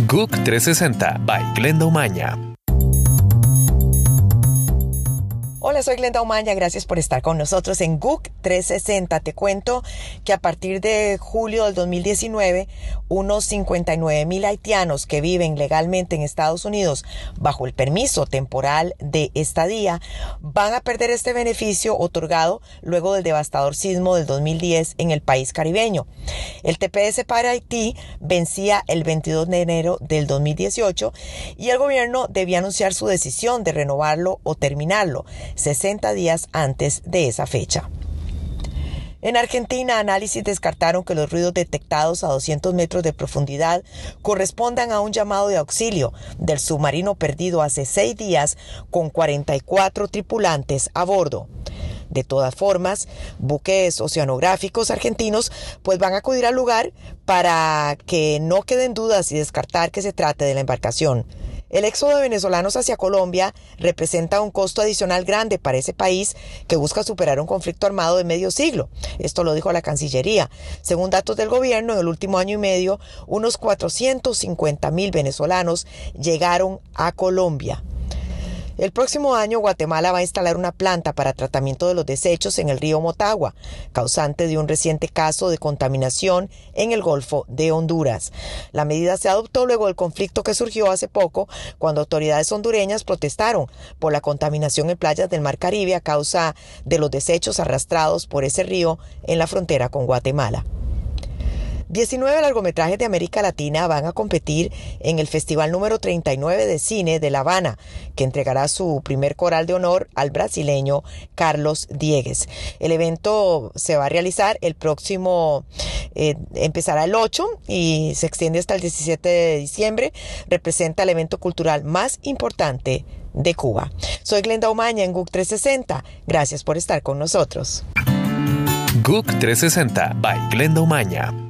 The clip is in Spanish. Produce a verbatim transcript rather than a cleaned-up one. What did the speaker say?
G U C trescientos sesenta by Glenda Umaña. Hola, soy Glenda Umaña, gracias por estar con nosotros en G U C trescientos sesenta. Te cuento que a partir de julio del dos mil diecinueve, unos cincuenta y nueve mil haitianos que viven legalmente en Estados Unidos bajo el permiso temporal de estadía van a perder este beneficio otorgado luego del devastador sismo del dos mil diez en el país caribeño. El T P S para Haití vencía el veintidós de enero del dos mil dieciocho y el gobierno debía anunciar su decisión de renovarlo o terminarlo sesenta días antes de esa fecha. En Argentina, análisis descartaron que los ruidos detectados a doscientos metros de profundidad correspondan a un llamado de auxilio del submarino perdido hace seis días con cuarenta y cuatro tripulantes a bordo. De todas formas, buques oceanográficos argentinos pues van a acudir al lugar para que no queden dudas y descartar que se trate de la embarcación. El éxodo de venezolanos hacia Colombia representa un costo adicional grande para ese país que busca superar un conflicto armado de medio siglo. Esto lo dijo la Cancillería. Según datos del gobierno, en el último año y medio, unos cuatrocientos cincuenta mil venezolanos llegaron a Colombia. El próximo año, Guatemala va a instalar una planta para tratamiento de los desechos en el río Motagua, causante de un reciente caso de contaminación en el Golfo de Honduras. La medida se adoptó luego del conflicto que surgió hace poco, cuando autoridades hondureñas protestaron por la contaminación en playas del Mar Caribe a causa de los desechos arrastrados por ese río en la frontera con Guatemala. diecinueve largometrajes de América Latina van a competir en el Festival número treinta y nueve de Cine de La Habana, que entregará su primer coral de honor al brasileño Carlos Diegues. El evento se va a realizar el próximo, eh, empezará el ocho y se extiende hasta el diecisiete de diciembre. Representa el evento cultural más importante de Cuba. Soy Glenda Umaña en G U C trescientos sesenta. Gracias por estar con nosotros. G U C trescientos sesenta by Glenda Umaña.